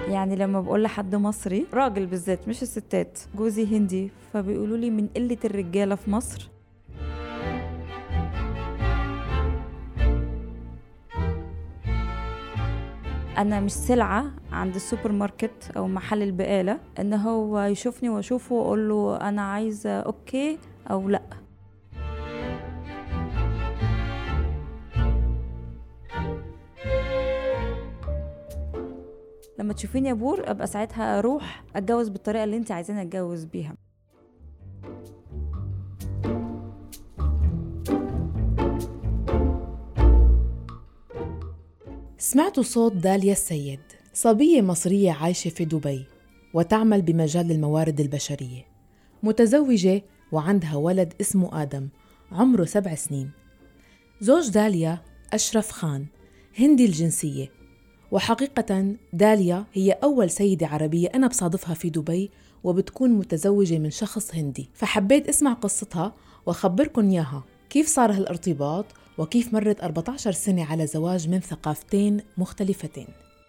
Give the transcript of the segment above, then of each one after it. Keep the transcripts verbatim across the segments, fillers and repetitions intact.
يعني لما بقول لحد مصري راجل بالذات مش الستات جوزي هندي فبيقولوا لي من قلة الرجالة في مصر. انا مش سلعة عند السوبر ماركت او محل البقالة ان هو يشوفني واشوفه واقول له انا عايزة اوكي او لا. لما تشوفيني يا بور ابقى ساعتها اروح اتجوز بالطريقة اللي انت عايزين اتجوز بيها. سمعتوا صوت داليا السيد، صبية مصرية عايشة في دبي وتعمل بمجال الموارد البشرية، متزوجة وعندها ولد اسمه آدم عمره سبع سنين. زوج داليا أشرف خان هندي الجنسية، وحقيقة داليا هي أول سيدة عربية أنا بصادفها في دبي وبتكون متزوجة من شخص هندي، فحبيت أسمع قصتها وأخبركن إياها كيف صار هالارتباط وكيف مرت أربعة عشر سنة على زواج من ثقافتين مختلفتين.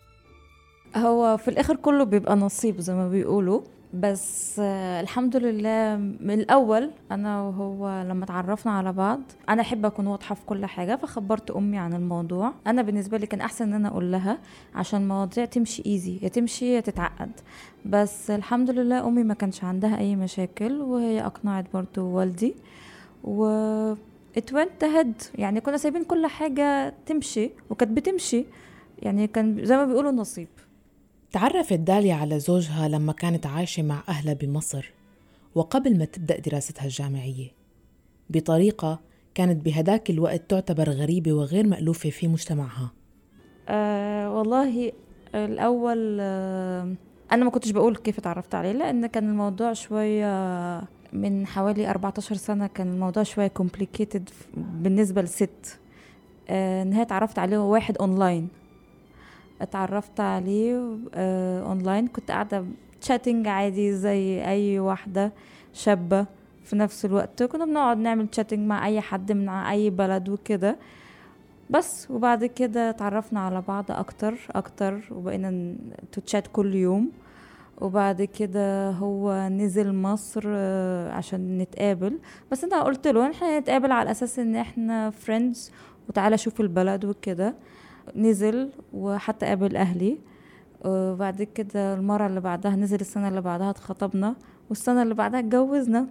هو في الاخر كله بيبقى نصيب زي ما بيقولوا، بس آه الحمد لله من الاول انا وهو لما تعرفنا على بعض انا احب اكون واضحه في كل حاجه، فخبرت امي عن الموضوع. انا بالنسبه لي كان احسن ان انا اقول لها عشان المواضيع تمشي ايزي، يا تمشي يا تتعقد. بس الحمد لله امي ما كانش عندها اي مشاكل وهي اقنعت برضو والدي و it went ahead. يعني كنا سايبين كل حاجه تمشي وكانت بتمشي، يعني كان زي ما بيقولوا نصيب. تعرفت داليا على زوجها لما كانت عايشة مع أهلها بمصر وقبل ما تبدأ دراستها الجامعية، بطريقة كانت بهداك الوقت تعتبر غريبة وغير مألوفة في مجتمعها. أه والله الأول أه أنا ما كنتش بقول كيف اتعرفت عليه، لأن كان الموضوع شوية من حوالي أربعة عشر سنة، كان الموضوع شوية complicated بالنسبة للست. أه إن هي اتعرفت عليه واحد أونلاين، اتعرفت عليه آه اونلاين، كنت قاعدة تشاتنج عادي زي اي واحدة شابة في نفس الوقت، كنا بنقعد نعمل تشاتنج مع اي حد من اي بلد وكده بس. وبعد كده اتعرفنا على بعض اكتر اكتر وبقينا تشات كل يوم. وبعد كده هو نزل مصر آه عشان نتقابل، بس انا قلت له احنا نتقابل على اساس ان احنا فريندز وتعالى شوف البلد وكده. نزل وحتى قابل أهلي، وبعد كده المرة اللي بعدها نزل، السنة اللي بعدها اتخطبنا، والسنة اللي بعدها اتجوزنا.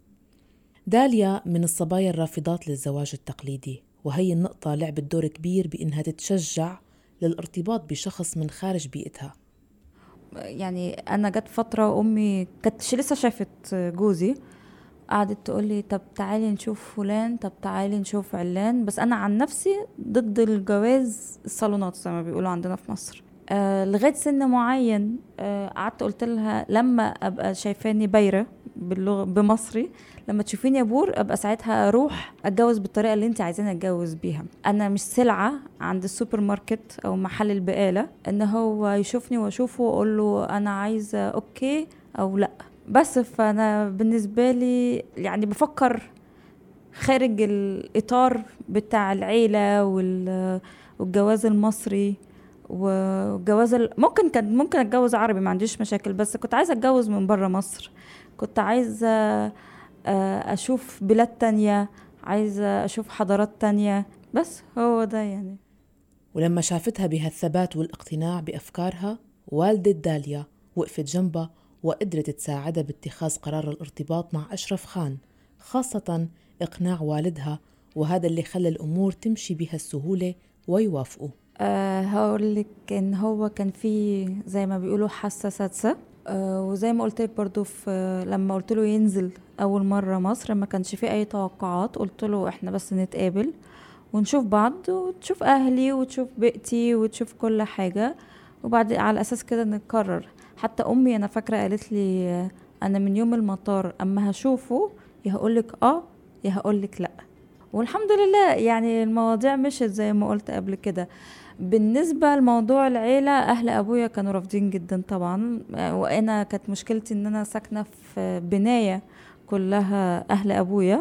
داليا من الصبايا الرافضات للزواج التقليدي، وهي النقطة لعبت دور كبير بإنها تتشجع للارتباط بشخص من خارج بيئتها. يعني أنا جت فترة أمي كانت لسه شافت جوزي، قعدت تقولي طب تعالي نشوف فلان، طب تعالي نشوف علان، بس أنا عن نفسي ضد الجواز الصالونات زي ما بيقولوا عندنا في مصر. آه لغاية سن معين آه قعدت قلت لها لما أبقى شايفاني بايرة باللغة بمصري، لما تشوفيني يا بور أبقى ساعتها أروح أتجوز بالطريقة اللي انت عايزين أتجوز بيها. أنا مش سلعة عند السوبر ماركت أو محل البقالة إن هو يشوفني وأشوفه وأقول له أنا عايزة أوكي أو لأ. بس فأنا بالنسبة لي يعني بفكر خارج الإطار بتاع العيلة والجواز المصري والجواز ال... ممكن كان ممكن اتجوز عربي ما عنديش مشاكل، بس كنت عايزة اتجوز من برا مصر، كنت عايزة اشوف بلاد تانية، عايزة اشوف حضارات تانية، بس هو ده يعني. ولما شافتها بهالثبات والاقتناع بأفكارها، والدة داليا وقفت جنبها وقدرت تساعدها باتخاذ قرار الارتباط مع أشرف خان، خاصة إقناع والدها، وهذا اللي خلى الأمور تمشي بهالسهولة ويوافقوا. أه هقولك إن هو كان في زي ما بيقولوا حاسة سادسة. أه وزي ما قلت لك برضو في لما قلت له ينزل أول مرة مصر ما كانش فيه أي توقعات، قلت له إحنا بس نتقابل ونشوف بعض وتشوف أهلي وتشوف بيئتي وتشوف كل حاجة، وبعد على أساس كده نقرر. حتى أمي أنا فاكرة قالت لي أنا من يوم المطار أما هشوفه يا هقولك آه يا هقولك لأ. والحمد لله يعني المواضيع مشت زي ما قلت قبل كده. بالنسبة لموضوع العيلة أهل أبويا كانوا رافضين جدا طبعا، وأنا كانت مشكلتي إن أنا ساكنة في بناية كلها أهل أبويا.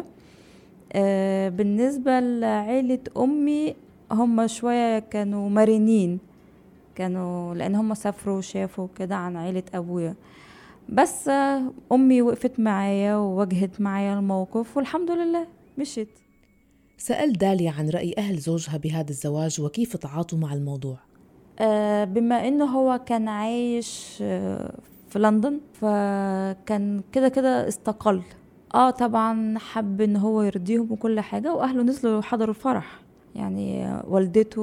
بالنسبة لعيلة أمي هم شوية كانوا مرنين، كانوا لان هم سافروا وشافوا كده عن عيلة ابويا. بس آه، امي وقفت معايا وواجهت معايا الموقف والحمد لله مشيت. سأل داليا عن رأي أهل زوجها بهذا الزواج وكيف تعاطوا مع الموضوع. آه، بما انه هو كان عايش آه، في لندن، فكان كده كده استقل. اه طبعا حب ان هو يرضيهم وكل حاجة، واهله نزلوا حضروا الفرح. يعني آه، والدته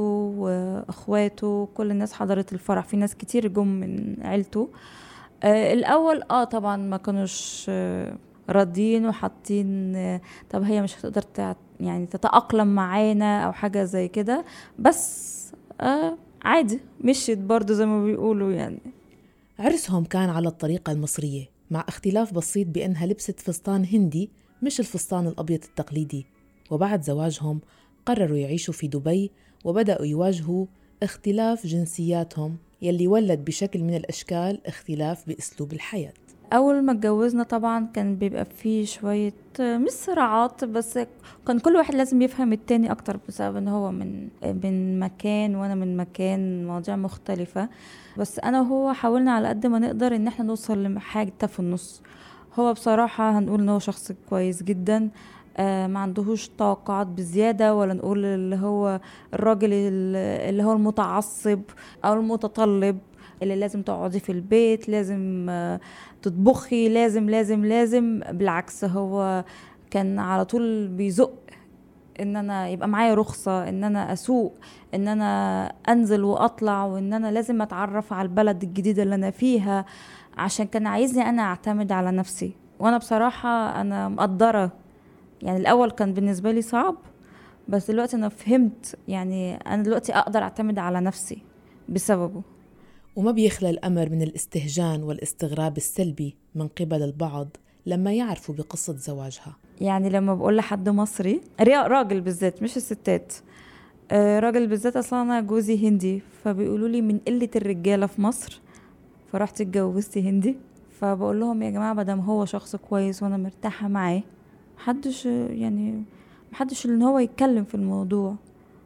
واخواته كل الناس حضرت الفرح، في ناس كتير جم من عيلته. آه الاول اه طبعا ما كانوش آه راضيين وحاطين آه طب هي مش هتقدر تع- يعني تتأقلم معانا او حاجة زي كده. بس آه عادي مشيت برضو زي ما بيقولوا يعني. عرسهم كان على الطريقة المصرية، مع اختلاف بسيط بأنها لبست فستان هندي مش الفستان الأبيض التقليدي. وبعد زواجهم قرروا يعيشوا في دبي، وبدأوا يواجهوا اختلاف جنسياتهم يلي ولد بشكل من الأشكال اختلاف بأسلوب الحياة. اول ما اتجوزنا طبعا كان بيبقى فيه شوية آه، مش صراعات، بس كان كل واحد لازم يفهم التاني اكتر بسبب ان هو من من مكان وانا من مكان، مواضيع مختلفة. بس انا وهو حاولنا على قد ما نقدر ان احنا نوصل لحاجة في النص. هو بصراحة هنقول ان هو شخص كويس جدا، آه ما عندهوش توقعات بزيادة، ولا نقول اللي هو الراجل ال- اللي هو المتعصب او المتطلب اللي لازم تقعدي في البيت، لازم آه تطبخي، لازم لازم لازم. بالعكس هو كان على طول بيزق ان انا يبقى معايا رخصة ان انا اسوق، ان انا انزل واطلع، وان انا لازم اتعرف على البلد الجديدة اللي انا فيها، عشان كان عايزني انا اعتمد على نفسي. وانا بصراحة انا مقدرة، يعني الاول كان بالنسبة لي صعب، بس دلوقتي انا فهمت يعني انا دلوقتي اقدر اعتمد على نفسي بسببه. وما بيخلى الأمر من الاستهجان والاستغراب السلبي من قبل البعض لما يعرفوا بقصة زواجها. يعني لما بقول لحد مصري، ريا- راجل بالذات مش الستات، آه، راجل بالذات، اصلا انا جوزي هندي، فبيقولوا لي من قلة الرجالة في مصر فرحت اتجوزتي هندي. فبقول لهم يا جماعة مادام هو شخص كويس وانا مرتاحة معاه، محدش يعني محدش ان هو يتكلم في الموضوع.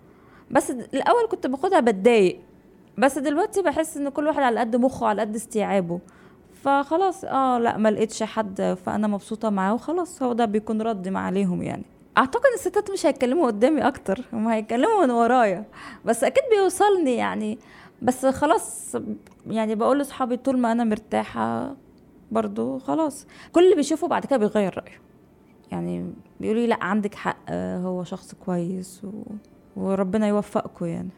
بس د- الاول كنت باخدها بتضايق، بس دلوقتي بحس ان كل واحد على قد مخه على قد استيعابه. فخلاص اه لا ما لقيتش حد فانا مبسوطه معاه وخلاص، هو ده بيكون رد مع عليهم يعني. اعتقد الستات مش هيتكلموا قدامي اكتر، هم هيتكلموا من ورايا، بس اكيد بيوصلني يعني. بس خلاص يعني بقول لاصحابي طول ما انا مرتاحه برضو خلاص. كل اللي بيشوفه بعد كده بيغير رايه، يعني بيقولوا لي لا عندك حق، آه، هو شخص كويس و... وربنا يوفقكم يعني.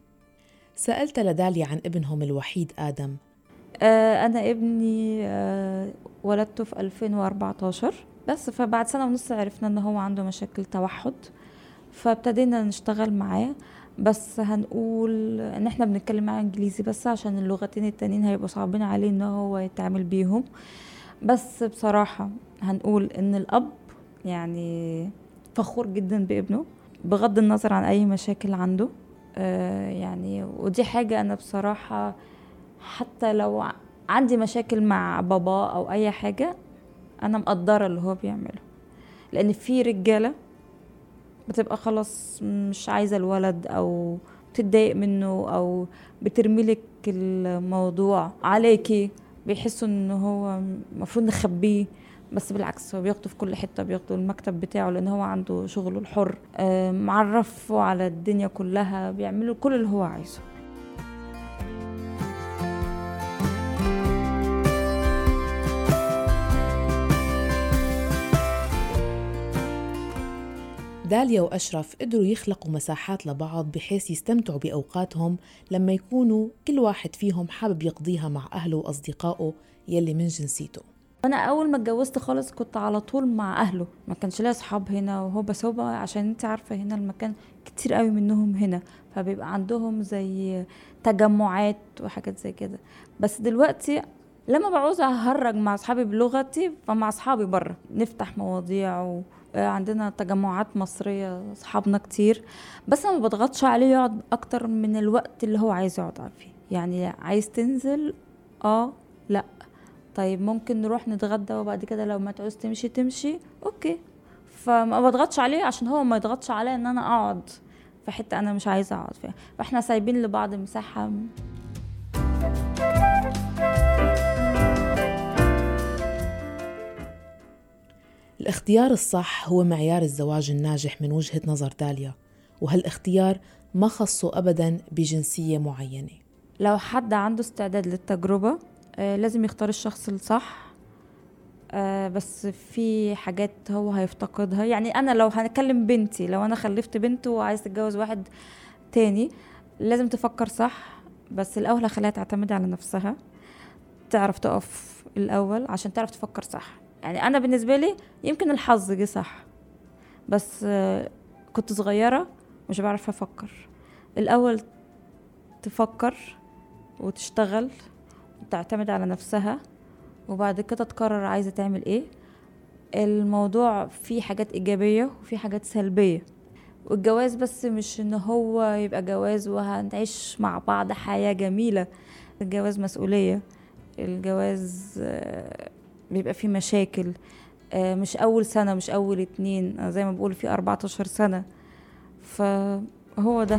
سألت لداليا عن ابنهم الوحيد آدم. آه، انا ابني آه، ولدته في ألفين وأربعتاشر، بس فبعد سنة ونص عرفنا ان هو عنده مشاكل توحد، فابتدينا نشتغل معاه. بس هنقول ان احنا بنتكلم معاه انجليزي بس عشان اللغتين التانيين هيبقوا صعبين عليه ان هو يتعامل بيهم. بس بصراحة هنقول ان الاب يعني فخور جدا بابنه بغض النظر عن اي مشاكل عنده. آه، يعني ودي حاجة انا بصراحة حتى لو ع- عندي مشاكل مع بابا او اي حاجة، انا مقدرة اللي هو بيعمله. لان في رجالة بتبقى خلاص مش عايزة الولد او تتضايق منه او بترميلك الموضوع عليكي، بيحسوا ان هو المفروض نخبيه. بس بالعكس هو بياخده في كل حتة، بياخده المكتب بتاعه لان هو عنده شغله الحر، آه، معرفه على الدنيا كلها، بيعمله كل اللي هو عايزه. داليا وأشرف قدروا يخلقوا مساحات لبعض بحيث يستمتعوا بأوقاتهم لما يكونوا كل واحد فيهم حابب يقضيها مع أهله وأصدقائه يلي من جنسيته. انا اول ما اتجوزت خالص كنت على طول مع اهله، ما كانش ليا اصحاب هنا، وهو بس هو بقى عشان انت عارفه هنا المكان كتير قوي منهم هنا، فبيبقى عندهم زي تجمعات وحاجات زي كده. بس دلوقتي لما بعوز اهرج مع اصحابي بلغتي فمع اصحابي بره نفتح مواضيع و... عندنا تجمعات مصرية اصحابنا كتير. بس انا ما بضغطش عليه يقعد اكتر من الوقت اللي هو عايز يقعد فيه. يعني عايز تنزل اه لا، طيب ممكن نروح نتغدى وبعد كده لو ما تعوز تمشي تمشي اوكي. فما بضغطش عليه عشان هو ما يضغطش عليا ان انا اقعد في حتة انا مش عايزة اقعد فيها، فاحنا سايبين لبعض مساحة الاختيار الصح هو معيار الزواج الناجح من وجهة نظر داليا، وهالاختيار ما خصه أبداً بجنسية معينة. لو حد عنده استعداد للتجربة آه لازم يختار الشخص الصح، آه بس في حاجات هو هيفتقدها. يعني أنا لو هنكلم بنتي، لو أنا خلفت بنت وعايز تتجوز واحد تاني، لازم تفكر صح، بس الأول هخليها تعتمد على نفسها، تعرف تقف الأول عشان تعرف تفكر صح. يعني أنا بالنسبة لي يمكن الحظ جه صح، بس آه كنت صغيرة مش بعرف أفكر. الأول تفكر وتشتغل وتعتمد على نفسها، وبعد كده تقرر عايزة تعمل ايه. الموضوع فيه حاجات إيجابية وفيه حاجات سلبية، والجواز بس مش ان هو يبقى جواز وهنعيش مع بعض حياة جميلة. الجواز مسؤولية، الجواز بيبقى فيه مشاكل، مش أول سنة مش أول اتنين، زي ما بقول فيه أربعتاشر سنة. فهو ده.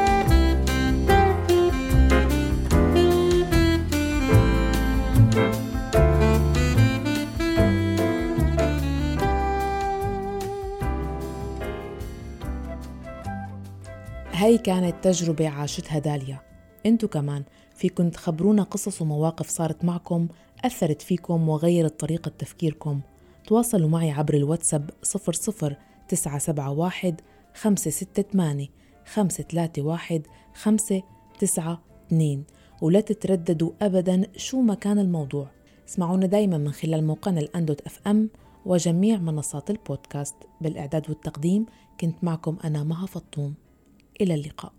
هاي كانت تجربة عاشتها داليا. انتو كمان فيكن تخبرونا قصص ومواقف صارت معكم أثرت فيكم وغيرت طريقة تفكيركم. تواصلوا معي عبر الواتساب صفر صفر تسعة سبعة واحد خمسة ستة ثمانية خمسة ثلاثة واحد خمسة تسعة اثنين، ولا تترددوا أبدا شو ما كان الموضوع. اسمعونا دايما من خلال موقعنا الأندوت أف أم وجميع منصات البودكاست. بالإعداد والتقديم كنت معكم أنا مها فطوم. إلى اللقاء.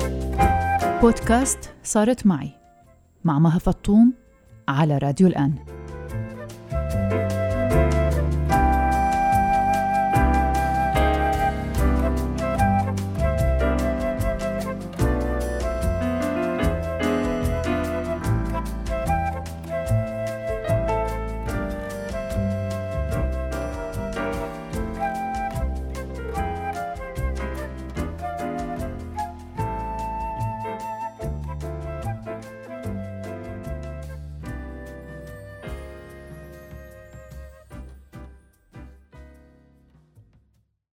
بودكاست صارت معي مع مها فطوم على راديو الآن.